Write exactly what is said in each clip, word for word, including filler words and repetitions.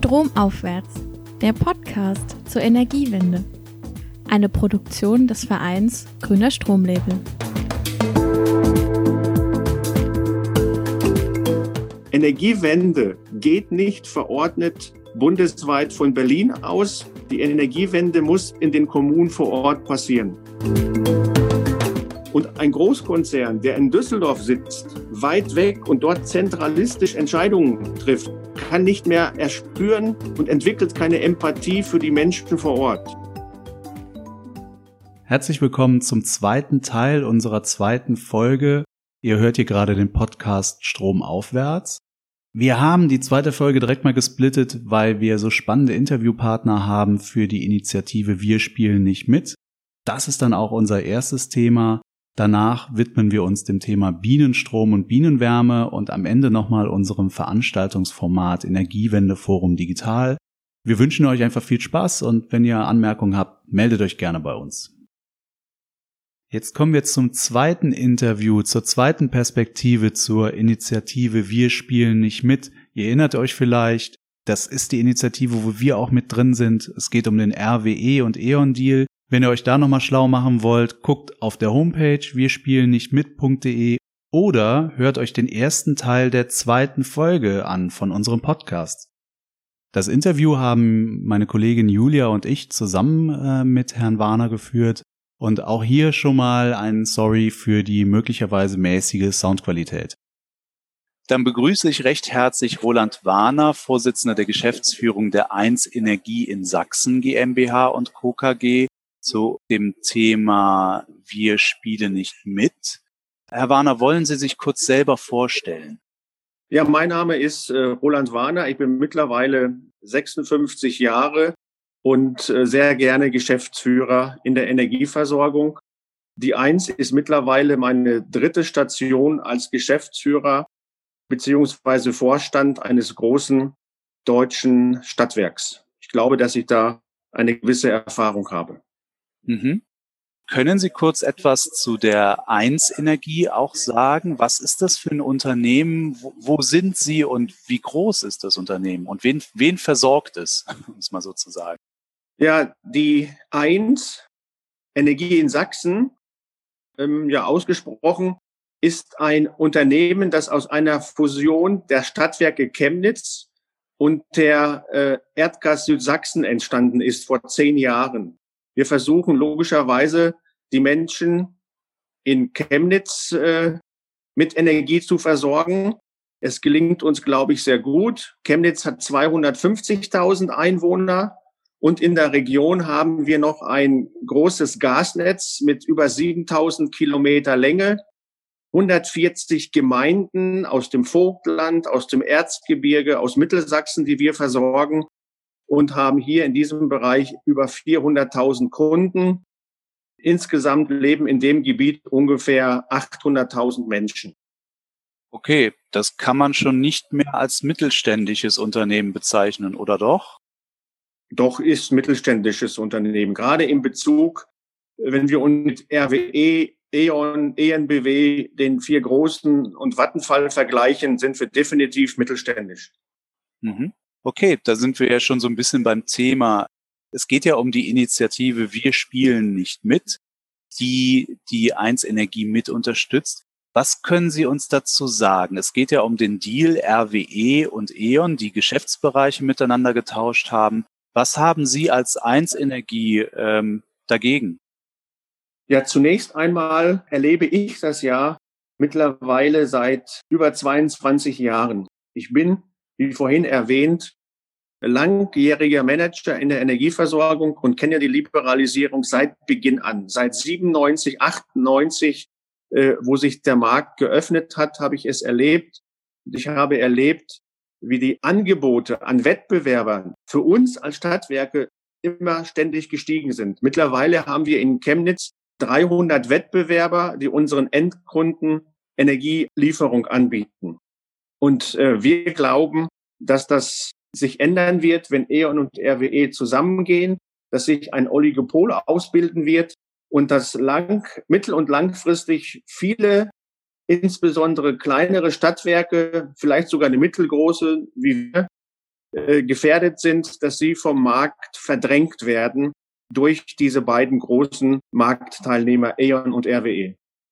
Stromaufwärts, der Podcast zur Energiewende. Eine Produktion des Vereins Grüner Stromlabel. Energiewende geht nicht verordnet bundesweit von Berlin aus. Die Energiewende muss in den Kommunen vor Ort passieren. Und ein Großkonzern, der in Düsseldorf sitzt, weit weg und dort zentralistisch Entscheidungen trifft, kann nicht mehr erspüren und entwickelt keine Empathie für die Menschen vor Ort. Herzlich willkommen zum zweiten Teil unserer zweiten Folge. Ihr hört hier gerade den Podcast Stromaufwärts. Wir haben die zweite Folge direkt mal gesplittet, weil wir so spannende Interviewpartner haben für die Initiative Wir spielen nicht mit. Das ist dann auch unser erstes Thema. Danach widmen wir uns dem Thema Bienenstrom und Bienenwärme und am Ende nochmal unserem Veranstaltungsformat Energiewende Forum Digital. Wir wünschen euch einfach viel Spaß und wenn ihr Anmerkungen habt, meldet euch gerne bei uns. Jetzt kommen wir zum zweiten Interview, zur zweiten Perspektive zur Initiative Wir spielen nicht mit. Ihr erinnert euch vielleicht, das ist die Initiative, wo wir auch mit drin sind. Es geht um den R W E und E.ON-Deal. Wenn ihr euch da nochmal schlau machen wollt, guckt auf der Homepage wir spielen nicht mit punkt de oder hört euch den ersten Teil der zweiten Folge an von unserem Podcast. Das Interview haben meine Kollegin Julia und ich zusammen äh, mit Herrn Warner geführt und auch hier schon mal ein Sorry für die möglicherweise mäßige Soundqualität. Dann begrüße ich recht herzlich Roland Warner, Vorsitzender der Geschäftsführung der eins Energie in Sachsen GmbH und Co. K G. Zu dem Thema Wir spielen nicht mit. Herr Warner, wollen Sie sich kurz selber vorstellen? Ja, mein Name ist äh, Roland Warner. Ich bin mittlerweile sechsundfünfzig Jahre und äh, sehr gerne Geschäftsführer in der Energieversorgung. Die eins ist mittlerweile meine dritte Station als Geschäftsführer beziehungsweise Vorstand eines großen deutschen Stadtwerks. Ich glaube, dass ich da eine gewisse Erfahrung habe. Mhm. Können Sie kurz etwas zu der eins Energie auch sagen? Was ist das für ein Unternehmen? Wo, wo sind Sie und wie groß ist das Unternehmen? Und wen, wen versorgt es, um es mal so zu sagen? Ja, die eins Energie in Sachsen, ähm, ja ausgesprochen, ist ein Unternehmen, das aus einer Fusion der Stadtwerke Chemnitz und der äh, Erdgas Südsachsen entstanden ist vor zehn Jahren. Wir versuchen logischerweise, die Menschen in Chemnitz äh, mit Energie zu versorgen. Es gelingt uns, glaube ich, sehr gut. Chemnitz hat zweihundertfünfzigtausend Einwohner und in der Region haben wir noch ein großes Gasnetz mit über siebentausend Kilometer Länge, hundertvierzig Gemeinden aus dem Vogtland, aus dem Erzgebirge, aus Mittelsachsen, die wir versorgen. Und haben hier in diesem Bereich über vierhunderttausend Kunden. Insgesamt leben in dem Gebiet ungefähr achthunderttausend Menschen. Okay, das kann man schon nicht mehr als mittelständisches Unternehmen bezeichnen, oder doch? Doch ist mittelständisches Unternehmen. Gerade in Bezug, wenn wir uns mit R W E, E.ON, E N B W, den vier großen und Vattenfall vergleichen, sind wir definitiv mittelständisch. Mhm. Okay, da sind wir ja schon so ein bisschen beim Thema. Es geht ja um die Initiative Wir spielen nicht mit, die die eins Energie mit unterstützt. Was können Sie uns dazu sagen? Es geht ja um den Deal R W E und E.ON, die Geschäftsbereiche miteinander getauscht haben. Was haben Sie als eins Energie ähm, dagegen? Ja, zunächst einmal erlebe ich das ja mittlerweile seit über zweiundzwanzig Jahren. Ich bin, wie vorhin erwähnt, langjähriger Manager in der Energieversorgung und kenne die Liberalisierung seit Beginn an. Seit siebenundneunzig, achtundneunzig, äh, wo sich der Markt geöffnet hat, habe ich es erlebt. Ich habe erlebt, wie die Angebote an Wettbewerbern für uns als Stadtwerke immer ständig gestiegen sind. Mittlerweile haben wir in Chemnitz dreihundert Wettbewerber, die unseren Endkunden Energielieferung anbieten. Und äh, wir glauben, dass das sich ändern wird, wenn E.ON und R W E zusammengehen, dass sich ein Oligopol ausbilden wird und dass lang, mittel- und langfristig viele, insbesondere kleinere Stadtwerke, vielleicht sogar eine mittelgroße wie wir, äh, gefährdet sind, dass sie vom Markt verdrängt werden durch diese beiden großen Marktteilnehmer E.ON und R W E.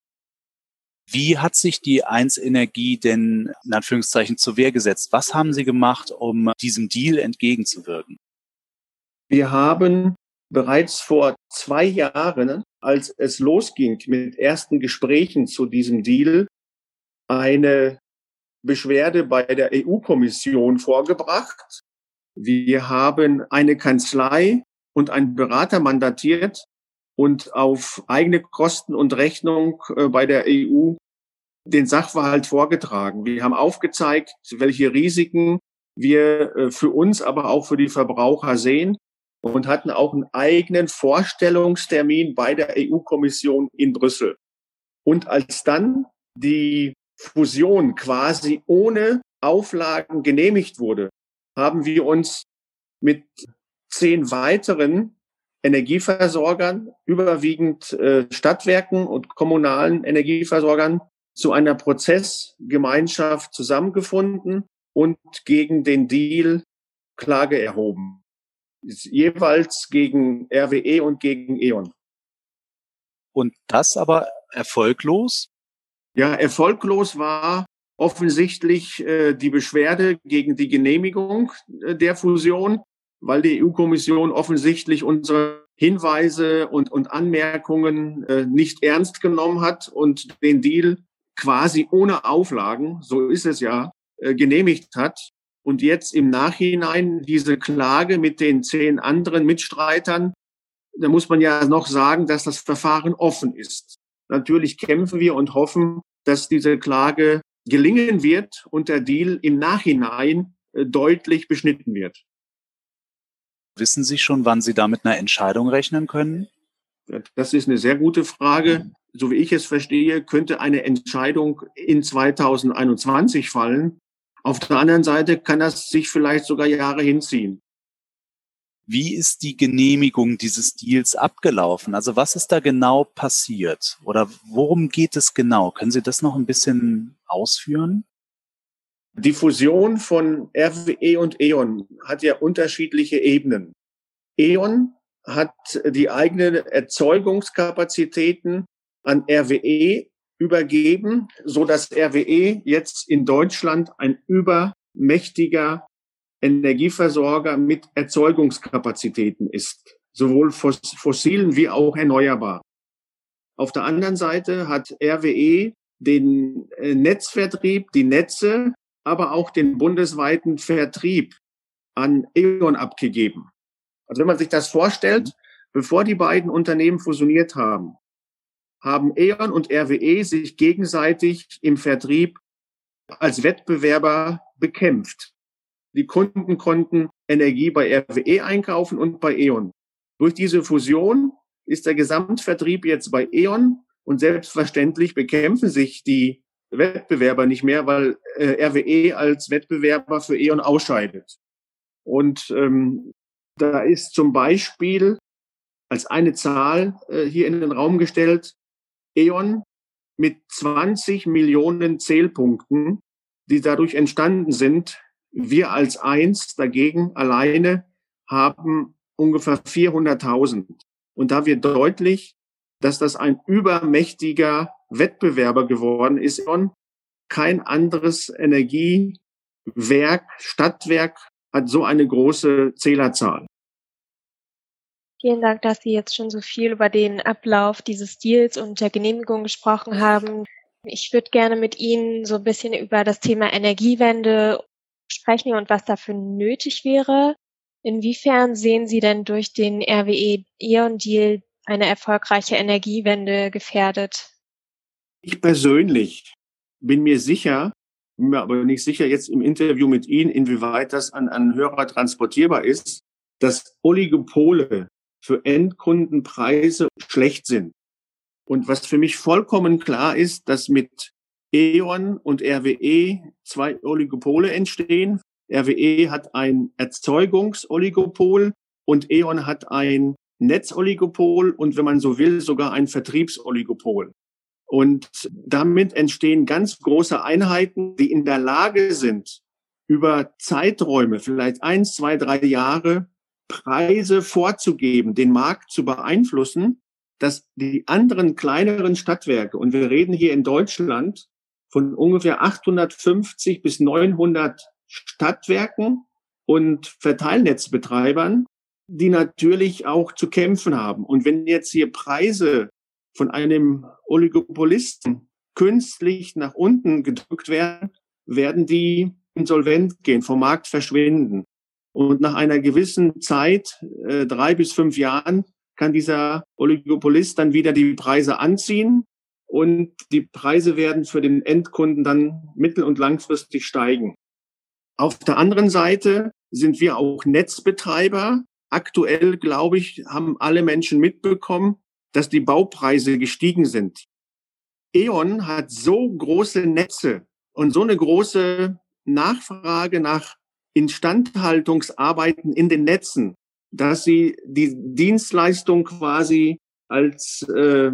Wie hat sich die eins Energie denn in Anführungszeichen zur Wehr gesetzt? Was haben Sie gemacht, um diesem Deal entgegenzuwirken? Wir haben bereits vor zwei Jahren, als es losging mit ersten Gesprächen zu diesem Deal, eine Beschwerde bei der E U-Kommission vorgebracht. Wir haben eine Kanzlei und einen Berater mandatiert und auf eigene Kosten und Rechnung bei der E U den Sachverhalt vorgetragen. Wir haben aufgezeigt, welche Risiken wir für uns, aber auch für die Verbraucher sehen und hatten auch einen eigenen Vorstellungstermin bei der E U-Kommission in Brüssel. Und als dann die Fusion quasi ohne Auflagen genehmigt wurde, haben wir uns mit zehn weiteren Energieversorgern, überwiegend äh, Stadtwerken und kommunalen Energieversorgern, zu einer Prozessgemeinschaft zusammengefunden und gegen den Deal Klage erhoben. Jeweils gegen R W E und gegen E.ON. Und das aber erfolglos? Ja, erfolglos war offensichtlich äh, die Beschwerde gegen die Genehmigung äh, der Fusion, weil die E U-Kommission offensichtlich unsere Hinweise und, und Anmerkungen äh, nicht ernst genommen hat und den Deal quasi ohne Auflagen, so ist es ja, äh, genehmigt hat. Und jetzt im Nachhinein diese Klage mit den zehn anderen Mitstreitern, da muss man ja noch sagen, dass das Verfahren offen ist. Natürlich kämpfen wir und hoffen, dass diese Klage gelingen wird und der Deal im Nachhinein äh, deutlich beschnitten wird. Wissen Sie schon, wann Sie da mit einer Entscheidung rechnen können? Das ist eine sehr gute Frage. So wie ich es verstehe, könnte eine Entscheidung in zweitausendeinundzwanzig fallen. Auf der anderen Seite kann das sich vielleicht sogar Jahre hinziehen. Wie ist die Genehmigung dieses Deals abgelaufen? Also was ist da genau passiert? Oder worum geht es genau? Können Sie das noch ein bisschen ausführen? Die Fusion von R W E und E.ON hat ja unterschiedliche Ebenen. E.ON hat die eigenen Erzeugungskapazitäten an R W E übergeben, so dass R W E jetzt in Deutschland ein übermächtiger Energieversorger mit Erzeugungskapazitäten ist, sowohl fossilen wie auch erneuerbar. Auf der anderen Seite hat R W E den Netzvertrieb, die Netze, aber auch den bundesweiten Vertrieb an E.ON abgegeben. Also wenn man sich das vorstellt, bevor die beiden Unternehmen fusioniert haben, haben E.ON und R W E sich gegenseitig im Vertrieb als Wettbewerber bekämpft. Die Kunden konnten Energie bei R W E einkaufen und bei E.ON. Durch diese Fusion ist der Gesamtvertrieb jetzt bei E.ON und selbstverständlich bekämpfen sich die Wettbewerber nicht mehr, weil äh, R W E als Wettbewerber für E.ON ausscheidet. Und ähm, da ist zum Beispiel als eine Zahl äh, hier in den Raum gestellt, E.ON mit zwanzig Millionen Zählpunkten, die dadurch entstanden sind. Wir als eins dagegen alleine haben ungefähr vierhunderttausend. Und da wird deutlich, dass das ein übermächtiger Wettbewerber geworden ist. E.ON, kein anderes Energiewerk, Stadtwerk hat so eine große Zählerzahl. Vielen Dank, dass Sie jetzt schon so viel über den Ablauf dieses Deals und der Genehmigung gesprochen haben. Ich würde gerne mit Ihnen so ein bisschen über das Thema Energiewende sprechen und was dafür nötig wäre. Inwiefern sehen Sie denn durch den R W E-E.ON-Deal eine erfolgreiche Energiewende gefährdet? Ich persönlich bin mir sicher, bin mir aber nicht sicher jetzt im Interview mit Ihnen, inwieweit das an, an Hörer transportierbar ist, dass Oligopole für Endkundenpreise schlecht sind. Und was für mich vollkommen klar ist, dass mit E.ON und R W E zwei Oligopole entstehen. R W E hat ein Erzeugungsoligopol und E.ON hat ein Netzoligopol und, wenn man so will, sogar ein Vertriebsoligopol. Und damit entstehen ganz große Einheiten, die in der Lage sind, über Zeiträume, vielleicht eins, zwei, drei Jahre, Preise vorzugeben, den Markt zu beeinflussen, dass die anderen kleineren Stadtwerke, und wir reden hier in Deutschland von ungefähr achthundertfünfzig bis neunhundert Stadtwerken und Verteilnetzbetreibern, die natürlich auch zu kämpfen haben. Und wenn jetzt hier Preise von einem Oligopolisten künstlich nach unten gedrückt werden, werden die insolvent gehen, vom Markt verschwinden. Und nach einer gewissen Zeit, äh, drei bis fünf Jahren, kann dieser Oligopolist dann wieder die Preise anziehen und die Preise werden für den Endkunden dann mittel- und langfristig steigen. Auf der anderen Seite sind wir auch Netzbetreiber. Aktuell, glaube ich, haben alle Menschen mitbekommen, dass die Baupreise gestiegen sind. E.ON hat so große Netze und so eine große Nachfrage nach Instandhaltungsarbeiten in den Netzen, dass sie die Dienstleistung quasi als äh,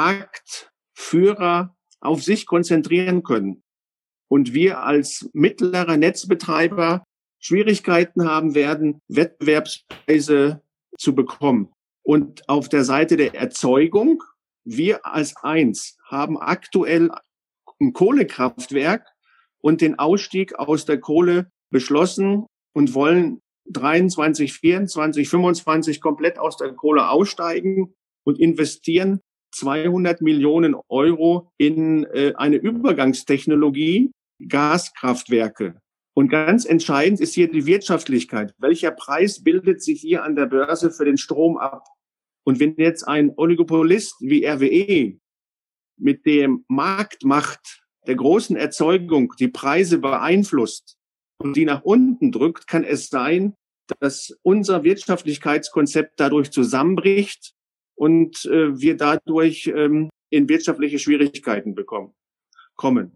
Marktführer auf sich konzentrieren können. Und wir als mittlerer Netzbetreiber Schwierigkeiten haben werden, Wettbewerbspreise zu bekommen. Und auf der Seite der Erzeugung, wir als eins haben aktuell ein Kohlekraftwerk und den Ausstieg aus der Kohle beschlossen und wollen dreiundzwanzig, vierundzwanzig, fünfundzwanzig komplett aus der Kohle aussteigen und investieren zweihundert Millionen Euro in äh, eine Übergangstechnologie, Gaskraftwerke. Und ganz entscheidend ist hier die Wirtschaftlichkeit. Welcher Preis bildet sich hier an der Börse für den Strom ab? Und wenn jetzt ein Oligopolist wie R W E mit dem Marktmacht der großen Erzeugung die Preise beeinflusst und die nach unten drückt, kann es sein, dass unser Wirtschaftlichkeitskonzept dadurch zusammenbricht und äh, wir dadurch ähm, in wirtschaftliche Schwierigkeiten bekommen, kommen.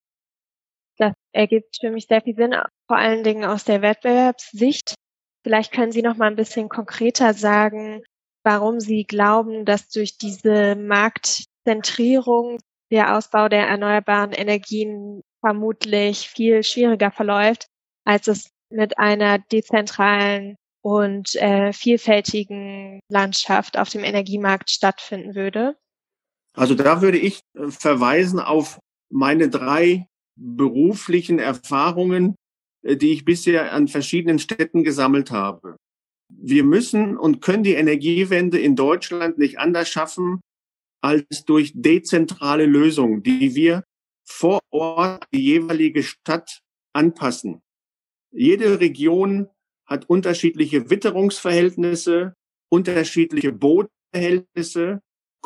Das ergibt für mich sehr viel Sinn, vor allen Dingen aus der Wettbewerbssicht. Vielleicht können Sie noch mal ein bisschen konkreter sagen, warum Sie glauben, dass durch diese Marktzentrierung der Ausbau der erneuerbaren Energien vermutlich viel schwieriger verläuft, als es mit einer dezentralen und äh, vielfältigen Landschaft auf dem Energiemarkt stattfinden würde? Also da würde ich äh, verweisen auf meine drei beruflichen Erfahrungen, äh, die ich bisher an verschiedenen Städten gesammelt habe. Wir müssen und können die Energiewende in Deutschland nicht anders schaffen, als durch dezentrale Lösungen, die wir vor Ort die jeweilige Stadt anpassen. Jede Region hat unterschiedliche Witterungsverhältnisse, unterschiedliche Bodenverhältnisse,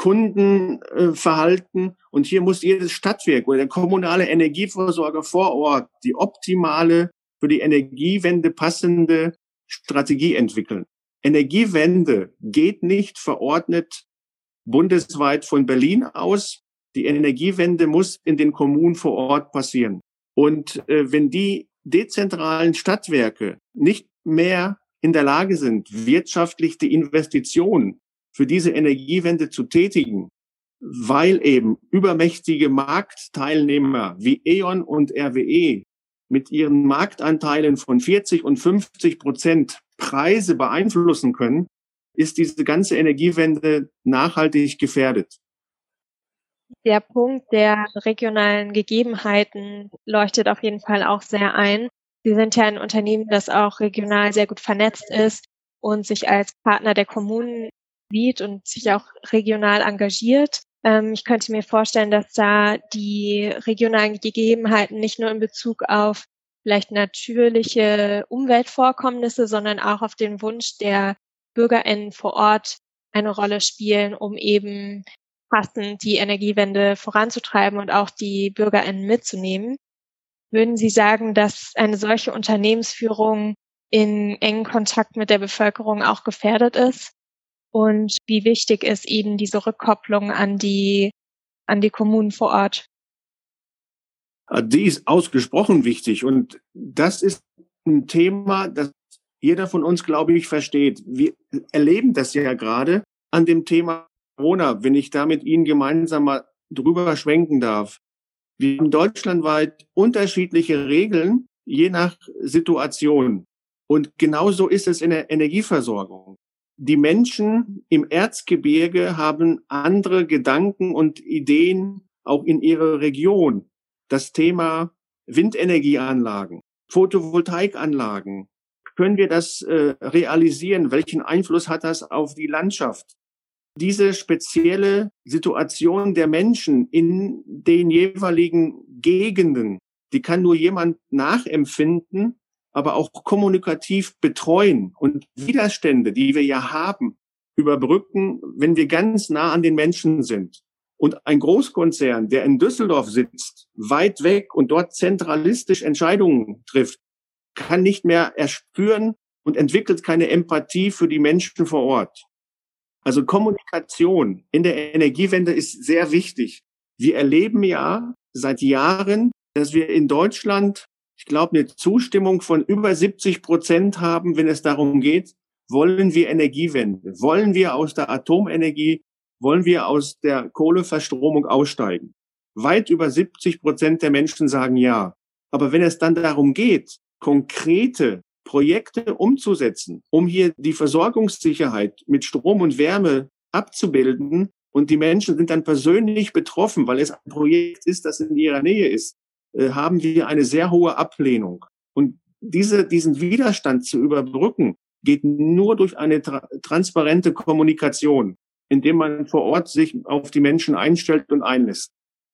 Kundenverhalten. Und hier muss jedes Stadtwerk oder der kommunale Energieversorger vor Ort die optimale, für die Energiewende passende Strategie entwickeln. Energiewende geht nicht verordnet bundesweit von Berlin aus. Die Energiewende muss in den Kommunen vor Ort passieren. Und äh, wenn die dezentralen Stadtwerke nicht mehr in der Lage sind, wirtschaftlich die Investitionen für diese Energiewende zu tätigen, weil eben übermächtige Marktteilnehmer wie E.ON und R W E mit ihren Marktanteilen von vierzig und fünfzig Prozent Preise beeinflussen können, ist diese ganze Energiewende nachhaltig gefährdet. Der Punkt der regionalen Gegebenheiten leuchtet auf jeden Fall auch sehr ein. Sie sind ja ein Unternehmen, das auch regional sehr gut vernetzt ist und sich als Partner der Kommunen sieht und sich auch regional engagiert. Ähm, ich könnte mir vorstellen, dass da die regionalen Gegebenheiten nicht nur in Bezug auf vielleicht natürliche Umweltvorkommnisse, sondern auch auf den Wunsch der BürgerInnen vor Ort eine Rolle spielen, um eben passend die Energiewende voranzutreiben und auch die BürgerInnen mitzunehmen. Würden Sie sagen, dass eine solche Unternehmensführung in engen Kontakt mit der Bevölkerung auch gefährdet ist? Und wie wichtig ist eben diese Rückkopplung an die, an die Kommunen vor Ort? Die ist ausgesprochen wichtig. Und das ist ein Thema, das jeder von uns, glaube ich, versteht. Wir erleben das ja gerade an dem Thema Corona, wenn ich da mit Ihnen gemeinsam mal drüber schwenken darf. Wir haben deutschlandweit unterschiedliche Regeln, je nach Situation. Und genauso ist es in der Energieversorgung. Die Menschen im Erzgebirge haben andere Gedanken und Ideen auch in ihrer Region. Das Thema Windenergieanlagen, Photovoltaikanlagen. Können wir das äh, realisieren? Welchen Einfluss hat das auf die Landschaft? Diese spezielle Situation der Menschen in den jeweiligen Gegenden, die kann nur jemand nachempfinden, aber auch kommunikativ betreuen und Widerstände, die wir ja haben, überbrücken, wenn wir ganz nah an den Menschen sind. Und ein Großkonzern, der in Düsseldorf sitzt, weit weg und dort zentralistisch Entscheidungen trifft, kann nicht mehr erspüren und entwickelt keine Empathie für die Menschen vor Ort. Also Kommunikation in der Energiewende ist sehr wichtig. Wir erleben ja seit Jahren, dass wir in Deutschland, ich glaube, eine Zustimmung von über siebzig Prozent haben, wenn es darum geht, wollen wir Energiewende? Wollen wir aus der Atomenergie, wollen wir aus der Kohleverstromung aussteigen? Weit über siebzig Prozent der Menschen sagen ja. Aber wenn es dann darum geht, konkrete Projekte umzusetzen, um hier die Versorgungssicherheit mit Strom und Wärme abzubilden, und die Menschen sind dann persönlich betroffen, weil es ein Projekt ist, das in ihrer Nähe ist, äh, haben wir eine sehr hohe Ablehnung. Und diese, diesen Widerstand zu überbrücken, geht nur durch eine tra- transparente Kommunikation, indem man vor Ort sich auf die Menschen einstellt und einlässt.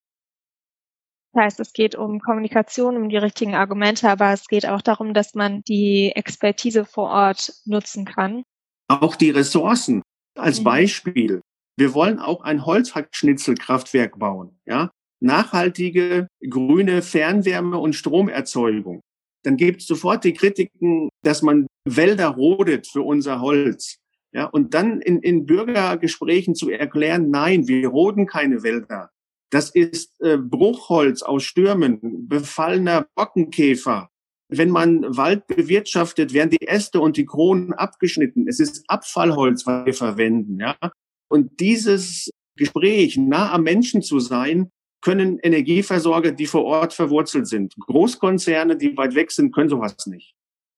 Das heißt, es geht um Kommunikation, um die richtigen Argumente, aber es geht auch darum, dass man die Expertise vor Ort nutzen kann. Auch die Ressourcen als Mhm. Beispiel. Wir wollen auch ein Holzhackschnitzelkraftwerk bauen, ja? Nachhaltige grüne Fernwärme- und Stromerzeugung. Dann gibt es sofort die Kritiken, dass man Wälder rodet für unser Holz. Ja, und dann in, in Bürgergesprächen zu erklären, nein, wir roden keine Wälder. Das ist äh, Bruchholz aus Stürmen, befallener Borkenkäfer. Wenn man Wald bewirtschaftet, werden die Äste und die Kronen abgeschnitten. Es ist Abfallholz, was wir verwenden. Ja? Und dieses Gespräch, nah am Menschen zu sein, können Energieversorger, die vor Ort verwurzelt sind. Großkonzerne, die weit weg sind, können sowas nicht.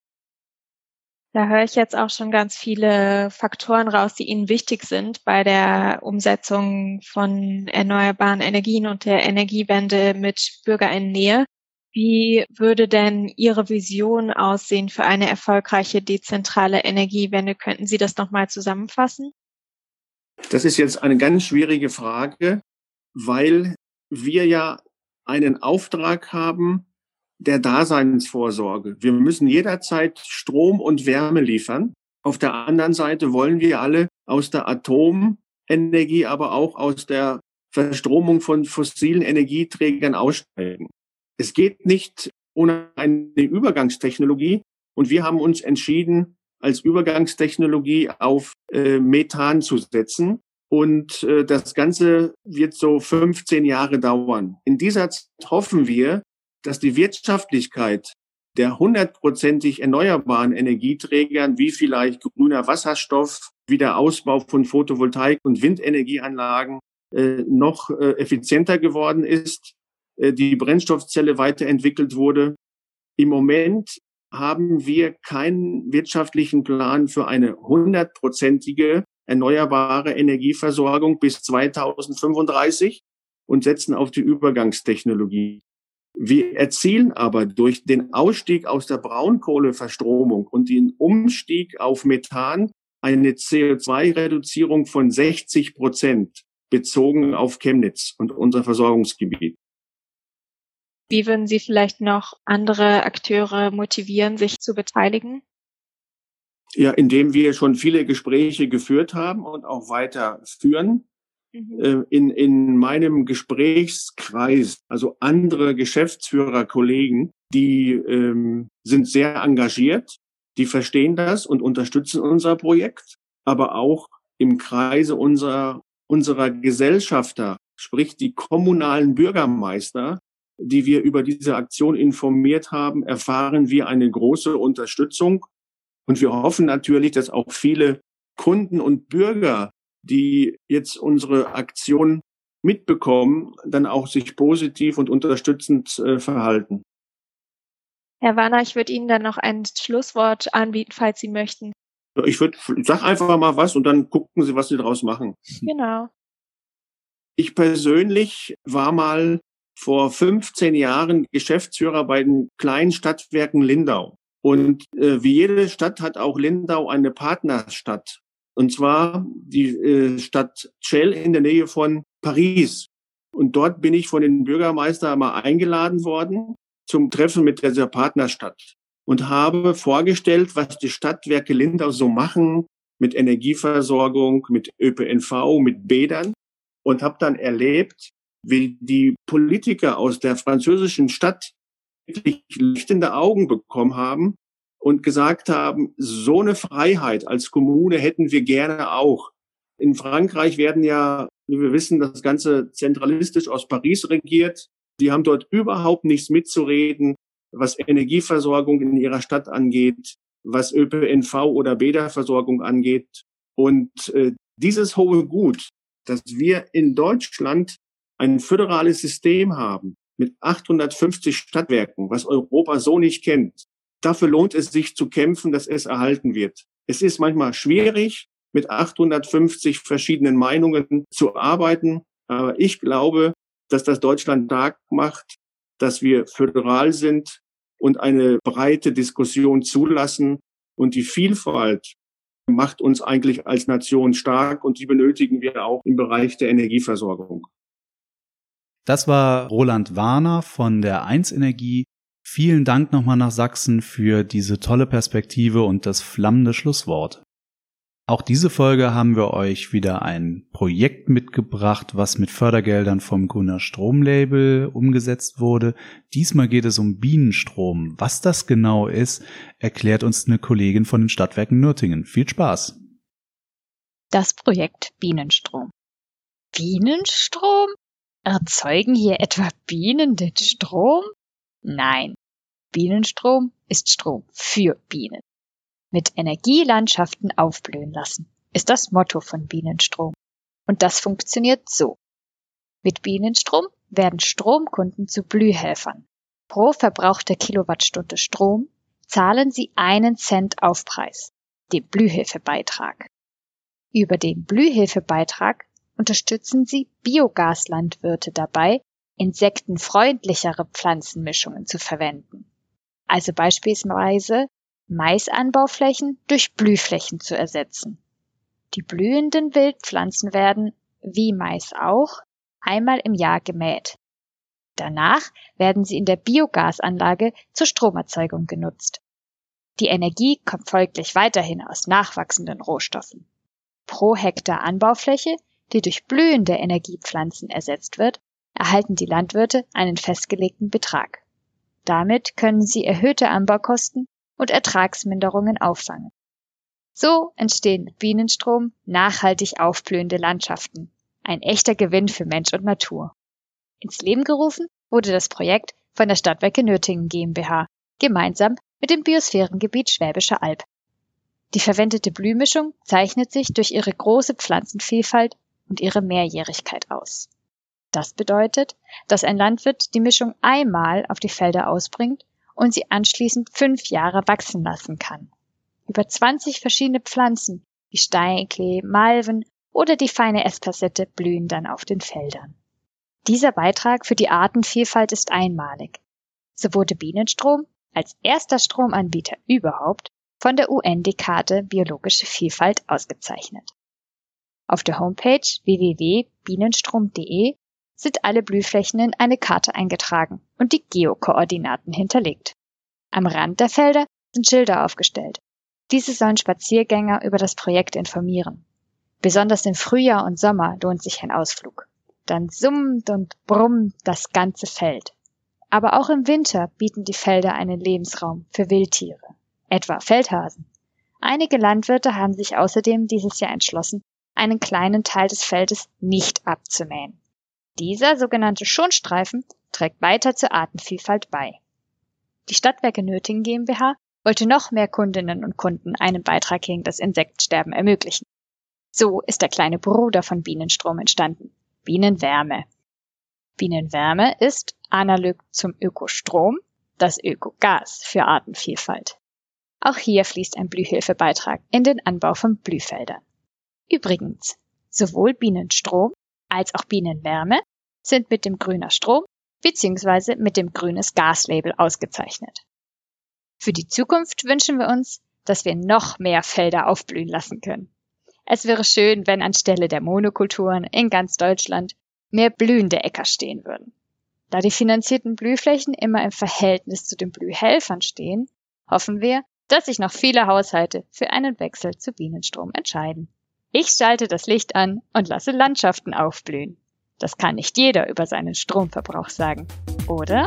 Da höre ich jetzt auch schon ganz viele Faktoren raus, die Ihnen wichtig sind bei der Umsetzung von erneuerbaren Energien und der Energiewende mit BürgerInnennähe. Wie würde denn Ihre Vision aussehen für eine erfolgreiche dezentrale Energiewende? Könnten Sie das nochmal zusammenfassen? Das ist jetzt eine ganz schwierige Frage, weil wir ja einen Auftrag haben der Daseinsvorsorge. Wir müssen jederzeit Strom und Wärme liefern. Auf der anderen Seite wollen wir alle aus der Atomenergie, aber auch aus der Verstromung von fossilen Energieträgern aussteigen. Es geht nicht ohne eine Übergangstechnologie. Und wir haben uns entschieden, als Übergangstechnologie auf äh, Methan zu setzen. Und äh, das Ganze wird so fünfzehn Jahre dauern. In dieser Zeit hoffen wir, dass die Wirtschaftlichkeit der hundertprozentig erneuerbaren Energieträgern, wie vielleicht grüner Wasserstoff, wie der Ausbau von Photovoltaik- und Windenergieanlagen, äh, noch äh, effizienter geworden ist, äh, die Brennstoffzelle weiterentwickelt wurde. Im Moment haben wir keinen wirtschaftlichen Plan für eine hundertprozentige erneuerbare Energieversorgung bis zweitausendfünfunddreißig und setzen auf die Übergangstechnologie. Wir erzielen aber durch den Ausstieg aus der Braunkohleverstromung und den Umstieg auf Methan eine C O zwei Reduzierung von sechzig Prozent bezogen auf Chemnitz und unser Versorgungsgebiet. Wie würden Sie vielleicht noch andere Akteure motivieren, sich zu beteiligen? Ja, indem wir schon viele Gespräche geführt haben und auch weiter führen. Mhm. In, in meinem Gesprächskreis, also andere Geschäftsführer, Kollegen, die ähm, sind sehr engagiert, die verstehen das und unterstützen unser Projekt, aber auch im Kreise unserer, unserer Gesellschafter, sprich die kommunalen Bürgermeister, die wir über diese Aktion informiert haben, erfahren wir eine große Unterstützung. Und wir hoffen natürlich, dass auch viele Kunden und Bürger, die jetzt unsere Aktion mitbekommen, dann auch sich positiv und unterstützend äh, verhalten. Herr Warner, ich würde Ihnen dann noch ein Schlusswort anbieten, falls Sie möchten. Ich würde, sag einfach mal was und dann gucken Sie, was Sie daraus machen. Genau. Ich persönlich war mal vor fünfzehn Jahren Geschäftsführer bei den kleinen Stadtwerken Lindau. Und äh, wie jede Stadt hat auch Lindau eine Partnerstadt. Und zwar die äh, Stadt Chelles in der Nähe von Paris. Und dort bin ich von den Bürgermeistern mal eingeladen worden zum Treffen mit dieser Partnerstadt und habe vorgestellt, was die Stadtwerke Lindau so machen mit Energieversorgung, mit Ö P N V, mit Bädern und habe dann erlebt, wie die Politiker aus der französischen Stadt wirklich leuchtende Augen bekommen haben und gesagt haben, so eine Freiheit als Kommune hätten wir gerne auch. In Frankreich werden ja, wie wir wissen, das Ganze zentralistisch aus Paris regiert. Die haben dort überhaupt nichts mitzureden, was Energieversorgung in ihrer Stadt angeht, was Ö P N V oder Bäderversorgung angeht. Und äh, dieses hohe Gut, dass wir in Deutschland ein föderales System haben mit achthundertfünfzig Stadtwerken, was Europa so nicht kennt, dafür lohnt es sich zu kämpfen, dass es erhalten wird. Es ist manchmal schwierig, mit achthundertfünfzig verschiedenen Meinungen zu arbeiten, aber ich glaube, dass das Deutschland stark macht, dass wir föderal sind und eine breite Diskussion zulassen. Und die Vielfalt macht uns eigentlich als Nation stark und die benötigen wir auch im Bereich der Energieversorgung. Das war Roland Warner von der eins Energie. Vielen Dank nochmal nach Sachsen für diese tolle Perspektive und das flammende Schlusswort. Auch diese Folge haben wir euch wieder ein Projekt mitgebracht, was mit Fördergeldern vom Grüner Strom-Label umgesetzt wurde. Diesmal geht es um Bienenstrom. Was das genau ist, erklärt uns eine Kollegin von den Stadtwerken Nürtingen. Viel Spaß! Das Projekt Bienenstrom. Bienenstrom? Erzeugen hier etwa Bienen den Strom? Nein, Bienenstrom ist Strom für Bienen. Mit Energie Landschaften aufblühen lassen, ist das Motto von Bienenstrom. Und das funktioniert so. Mit Bienenstrom werden Stromkunden zu Blühhelfern. Pro verbrauchter Kilowattstunde Strom zahlen sie einen Cent Aufpreis, den Blühhilfebeitrag. Über den Blühhilfebeitrag unterstützen sie Biogaslandwirte dabei, insektenfreundlichere Pflanzenmischungen zu verwenden. Also beispielsweise Maisanbauflächen durch Blühflächen zu ersetzen. Die blühenden Wildpflanzen werden, wie Mais auch, einmal im Jahr gemäht. Danach werden sie in der Biogasanlage zur Stromerzeugung genutzt. Die Energie kommt folglich weiterhin aus nachwachsenden Rohstoffen. Pro Hektar Anbaufläche, die durch blühende Energiepflanzen ersetzt wird, erhalten die Landwirte einen festgelegten Betrag. Damit können sie erhöhte Anbaukosten und Ertragsminderungen auffangen. So entstehen mit Bienenstrom nachhaltig aufblühende Landschaften. Ein echter Gewinn für Mensch und Natur. Ins Leben gerufen wurde das Projekt von der Stadtwerke Nürtingen GmbH, gemeinsam mit dem Biosphärengebiet Schwäbische Alb. Die verwendete Blühmischung zeichnet sich durch ihre große Pflanzenvielfalt und ihre Mehrjährigkeit aus. Das bedeutet, dass ein Landwirt die Mischung einmal auf die Felder ausbringt und sie anschließend fünf Jahre wachsen lassen kann. Über zwanzig verschiedene Pflanzen wie Steinklee, Malven oder die feine Espasette blühen dann auf den Feldern. Dieser Beitrag für die Artenvielfalt ist einmalig. So wurde Bienenstrom als erster Stromanbieter überhaupt von der U N-Dekade Biologische Vielfalt ausgezeichnet. Auf der Homepage w w w punkt bienenstrom punkt de sind alle Blühflächen in eine Karte eingetragen und die Geokoordinaten hinterlegt. Am Rand der Felder sind Schilder aufgestellt. Diese sollen Spaziergänger über das Projekt informieren. Besonders im Frühjahr und Sommer lohnt sich ein Ausflug. Dann summt und brummt das ganze Feld. Aber auch im Winter bieten die Felder einen Lebensraum für Wildtiere, etwa Feldhasen. Einige Landwirte haben sich außerdem dieses Jahr entschlossen, einen kleinen Teil des Feldes nicht abzumähen. Dieser sogenannte Schonstreifen trägt weiter zur Artenvielfalt bei. Die Stadtwerke Nürtingen GmbH wollte noch mehr Kundinnen und Kunden einen Beitrag gegen das Insektensterben ermöglichen. So ist der kleine Bruder von Bienenstrom entstanden, Bienenwärme. Bienenwärme ist, analog zum Ökostrom, das Ökogas für Artenvielfalt. Auch hier fließt ein Blühhilfebeitrag in den Anbau von Blühfeldern. Übrigens, sowohl Bienenstrom als auch Bienenwärme sind mit dem Grüner Strom bzw. mit dem Grünes Gas-Label ausgezeichnet. Für die Zukunft wünschen wir uns, dass wir noch mehr Felder aufblühen lassen können. Es wäre schön, wenn anstelle der Monokulturen in ganz Deutschland mehr blühende Äcker stehen würden. Da die finanzierten Blühflächen immer im Verhältnis zu den Blühhelfern stehen, hoffen wir, dass sich noch viele Haushalte für einen Wechsel zu Bienenstrom entscheiden. Ich schalte das Licht an und lasse Landschaften aufblühen. Das kann nicht jeder über seinen Stromverbrauch sagen, oder?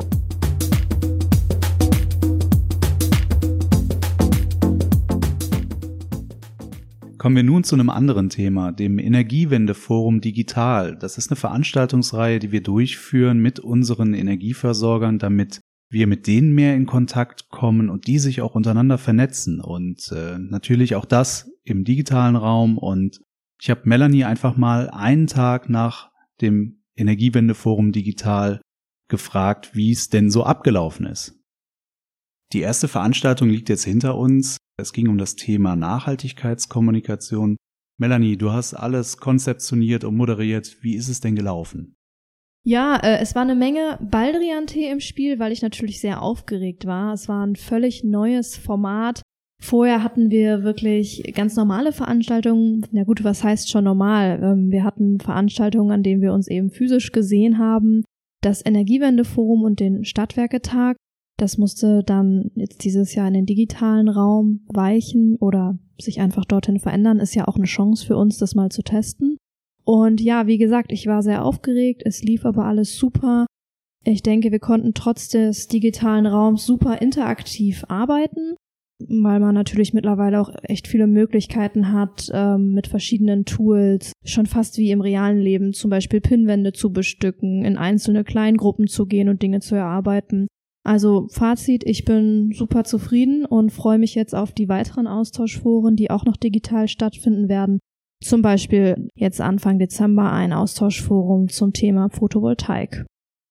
Kommen wir nun zu einem anderen Thema, dem Energiewendeforum Digital. Das ist eine Veranstaltungsreihe, die wir durchführen mit unseren Energieversorgern, damit wir mit denen mehr in Kontakt kommen und die sich auch untereinander vernetzen. Und äh, natürlich auch das im digitalen Raum. Und ich habe Melanie einfach mal einen Tag nach dem Energiewendeforum Digital gefragt, wie es denn so abgelaufen ist. Die erste Veranstaltung liegt jetzt hinter uns. Es ging um das Thema Nachhaltigkeitskommunikation. Melanie, du hast alles konzeptioniert und moderiert. Wie ist es denn gelaufen? Ja, äh, es war eine Menge Baldrian-Tee im Spiel, weil ich natürlich sehr aufgeregt war. Es war ein völlig neues Format. Vorher hatten wir wirklich ganz normale Veranstaltungen. Na gut, was heißt schon normal? Ähm, wir hatten Veranstaltungen, an denen wir uns eben physisch gesehen haben. Das Energiewendeforum und den Stadtwerketag. Das musste dann jetzt dieses Jahr in den digitalen Raum weichen oder sich einfach dorthin verändern. Ist ja auch eine Chance für uns, das mal zu testen. Und ja, wie gesagt, ich war sehr aufgeregt. Es lief aber alles super. Ich denke, wir konnten trotz des digitalen Raums super interaktiv arbeiten, weil man natürlich mittlerweile auch echt viele Möglichkeiten hat, ähm, mit verschiedenen Tools, schon fast wie im realen Leben, zum Beispiel Pinnwände zu bestücken, in einzelne Kleingruppen zu gehen und Dinge zu erarbeiten. Also Fazit, ich bin super zufrieden und freue mich jetzt auf die weiteren Austauschforen, die auch noch digital stattfinden werden. Zum Beispiel jetzt Anfang Dezember ein Austauschforum zum Thema Photovoltaik.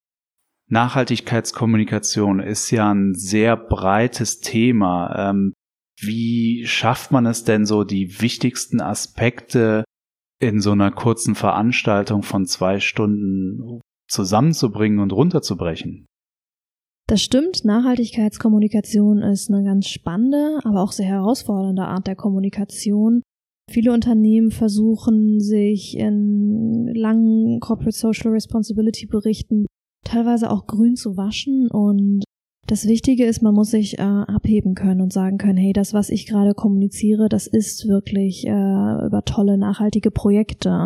Nachhaltigkeitskommunikation ist ja ein sehr breites Thema. Ähm, wie schafft man es denn so, die wichtigsten Aspekte in so einer kurzen Veranstaltung von zwei Stunden zusammenzubringen und runterzubrechen? Das stimmt, Nachhaltigkeitskommunikation ist eine ganz spannende, aber auch sehr herausfordernde Art der Kommunikation. Viele Unternehmen versuchen, sich in langen Corporate Social Responsibility Berichten teilweise auch grün zu waschen, und das Wichtige ist, man muss sich äh, abheben können und sagen können, hey, das, was ich gerade kommuniziere, das ist wirklich äh, über tolle, nachhaltige Projekte.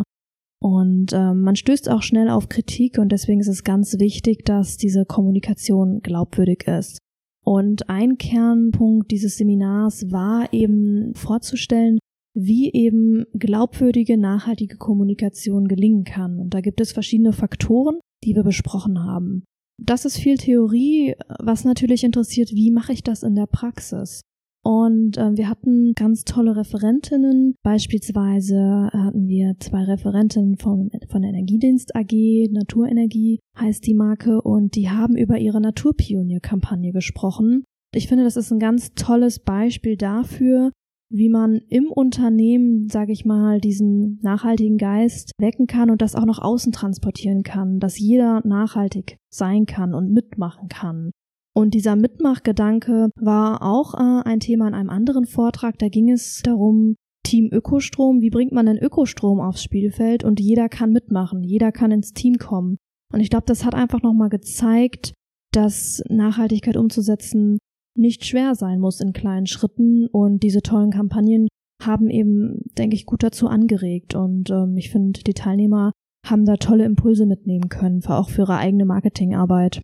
Und ähm, man stößt auch schnell auf Kritik, und deswegen ist es ganz wichtig, dass diese Kommunikation glaubwürdig ist. Und ein Kernpunkt dieses Seminars war eben vorzustellen, wie eben glaubwürdige, nachhaltige Kommunikation gelingen kann. Und da gibt es verschiedene Faktoren, die wir besprochen haben. Das ist viel Theorie, was natürlich interessiert, wie mache ich das in der Praxis? Und äh, wir hatten ganz tolle Referentinnen. Beispielsweise hatten wir zwei Referentinnen vom, von der Energiedienst A G, Naturenergie heißt die Marke, und die haben über ihre Naturpionier-Kampagne gesprochen. Ich finde, das ist ein ganz tolles Beispiel dafür, wie man im Unternehmen, sage ich mal, diesen nachhaltigen Geist wecken kann und das auch nach außen transportieren kann, dass jeder nachhaltig sein kann und mitmachen kann. Und dieser Mitmachgedanke war auch äh, ein Thema in einem anderen Vortrag. Da ging es darum, Team Ökostrom, wie bringt man denn Ökostrom aufs Spielfeld, und jeder kann mitmachen, jeder kann ins Team kommen. Und ich glaube, das hat einfach nochmal gezeigt, dass Nachhaltigkeit umzusetzen nicht schwer sein muss in kleinen Schritten, und diese tollen Kampagnen haben eben, denke ich, gut dazu angeregt, und ähm, ich finde, die Teilnehmer haben da tolle Impulse mitnehmen können, auch für ihre eigene Marketingarbeit.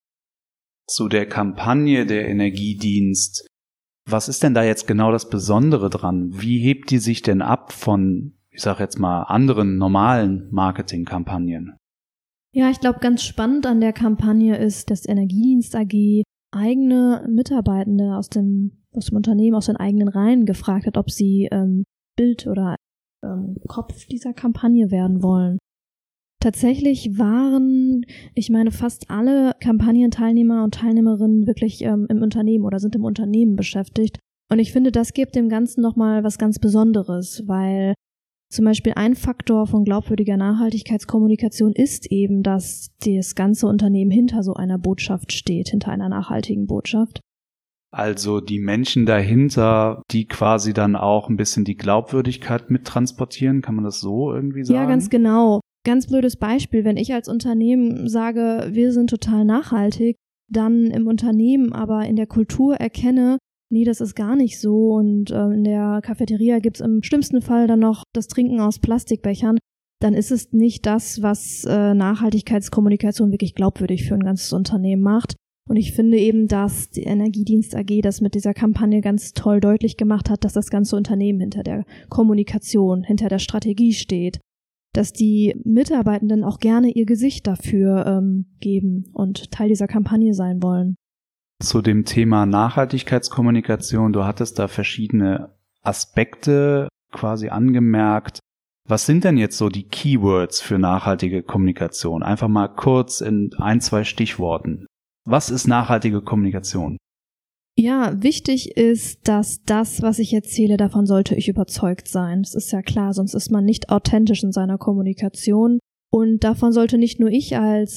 Zu der Kampagne der Energiedienst, was ist denn da jetzt genau das Besondere dran? Wie hebt die sich denn ab von, ich sag jetzt mal, anderen normalen Marketingkampagnen? Ja, ich glaube, ganz spannend an der Kampagne ist, dass Energiedienst A G eigene Mitarbeitende aus dem, aus dem Unternehmen, aus den eigenen Reihen gefragt hat, ob sie ähm, Bild oder ähm, Kopf dieser Kampagne werden wollen. Tatsächlich waren, ich meine, fast alle Kampagnenteilnehmer und Teilnehmerinnen wirklich ähm, im Unternehmen oder sind im Unternehmen beschäftigt. Und ich finde, das gibt dem Ganzen nochmal was ganz Besonderes, weil zum Beispiel ein Faktor von glaubwürdiger Nachhaltigkeitskommunikation ist eben, dass das ganze Unternehmen hinter so einer Botschaft steht, hinter einer nachhaltigen Botschaft. Also die Menschen dahinter, die quasi dann auch ein bisschen die Glaubwürdigkeit mittransportieren, kann man das so irgendwie sagen? Ja, ganz genau. Ganz blödes Beispiel, wenn ich als Unternehmen sage, wir sind total nachhaltig, dann im Unternehmen aber in der Kultur erkenne, nee, das ist gar nicht so und äh, in der Cafeteria gibt's im schlimmsten Fall dann noch das Trinken aus Plastikbechern, dann ist es nicht das, was äh, Nachhaltigkeitskommunikation wirklich glaubwürdig für ein ganzes Unternehmen macht. Und ich finde eben, dass die Energiedienst A G das mit dieser Kampagne ganz toll deutlich gemacht hat, dass das ganze Unternehmen hinter der Kommunikation, hinter der Strategie steht, dass die Mitarbeitenden auch gerne ihr Gesicht dafür ähm, geben und Teil dieser Kampagne sein wollen. Zu dem Thema Nachhaltigkeitskommunikation, du hattest da verschiedene Aspekte quasi angemerkt. Was sind denn jetzt so die Keywords für nachhaltige Kommunikation? Einfach mal kurz in ein, zwei Stichworten. Was ist nachhaltige Kommunikation? Ja, wichtig ist, dass das, was ich erzähle, davon sollte ich überzeugt sein. Das ist ja klar, sonst ist man nicht authentisch in seiner Kommunikation. Und davon sollte nicht nur ich als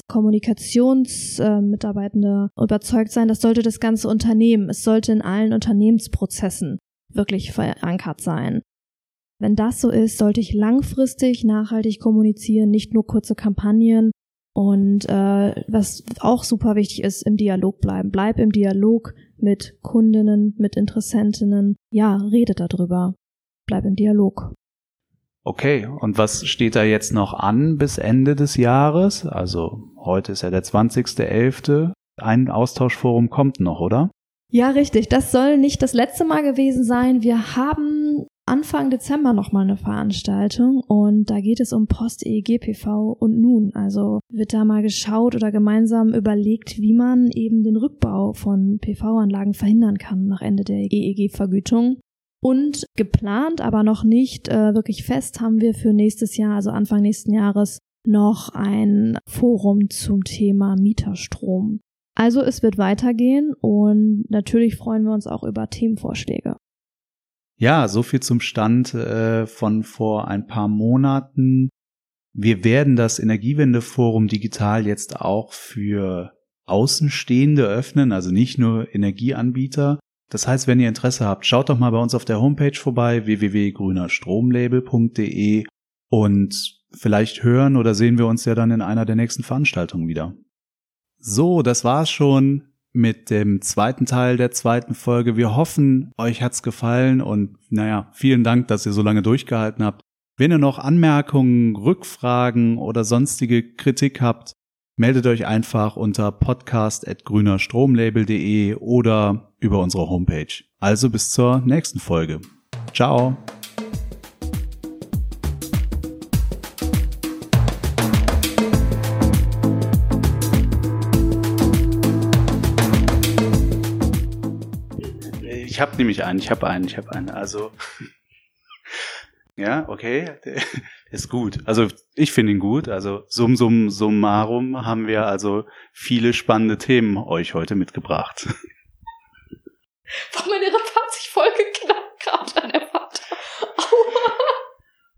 Kommunikationsmitarbeitende äh, überzeugt sein, das sollte das ganze Unternehmen. Es sollte in allen Unternehmensprozessen wirklich verankert sein. Wenn das so ist, sollte ich langfristig nachhaltig kommunizieren, nicht nur kurze Kampagnen. Und äh, was auch super wichtig ist, im Dialog bleiben. Bleib im Dialog mit Kundinnen, mit Interessentinnen. Ja, rede darüber. Bleib im Dialog. Okay, und was steht da jetzt noch an bis Ende des Jahres? Also heute ist ja der zwanzigster elfte Ein Austauschforum kommt noch, oder? Ja, richtig. Das soll nicht das letzte Mal gewesen sein. Wir haben Anfang Dezember nochmal eine Veranstaltung und da geht es um Post-E E G P V und nun. Also wird da mal geschaut oder gemeinsam überlegt, wie man eben den Rückbau von P V-Anlagen verhindern kann nach Ende der E E G-Vergütung. Und geplant, aber noch nicht äh, wirklich fest, haben wir für nächstes Jahr, also Anfang nächsten Jahres, noch ein Forum zum Thema Mieterstrom. Also es wird weitergehen und natürlich freuen wir uns auch über Themenvorschläge. Ja, so viel zum Stand äh, von vor ein paar Monaten. Wir werden das Energiewende-Forum digital jetzt auch für Außenstehende öffnen, also nicht nur Energieanbieter. Das heißt, wenn ihr Interesse habt, schaut doch mal bei uns auf der Homepage vorbei, w w w punkt grüner stromlabel punkt d e, und vielleicht hören oder sehen wir uns ja dann in einer der nächsten Veranstaltungen wieder. So, das war's schon mit dem zweiten Teil der zweiten Folge. Wir hoffen, euch hat's gefallen und naja, vielen Dank, dass ihr so lange durchgehalten habt. Wenn ihr noch Anmerkungen, Rückfragen oder sonstige Kritik habt, meldet euch einfach unter podcast at grüner stromlabel punkt d e oder über unsere Homepage. Also bis zur nächsten Folge. Ciao! Ich habe nämlich einen, ich habe einen, ich habe einen. Also, ja, okay, der ist gut. Also ich finde ihn gut. Also sum sum summarum haben wir also viele spannende Themen euch heute mitgebracht. Meine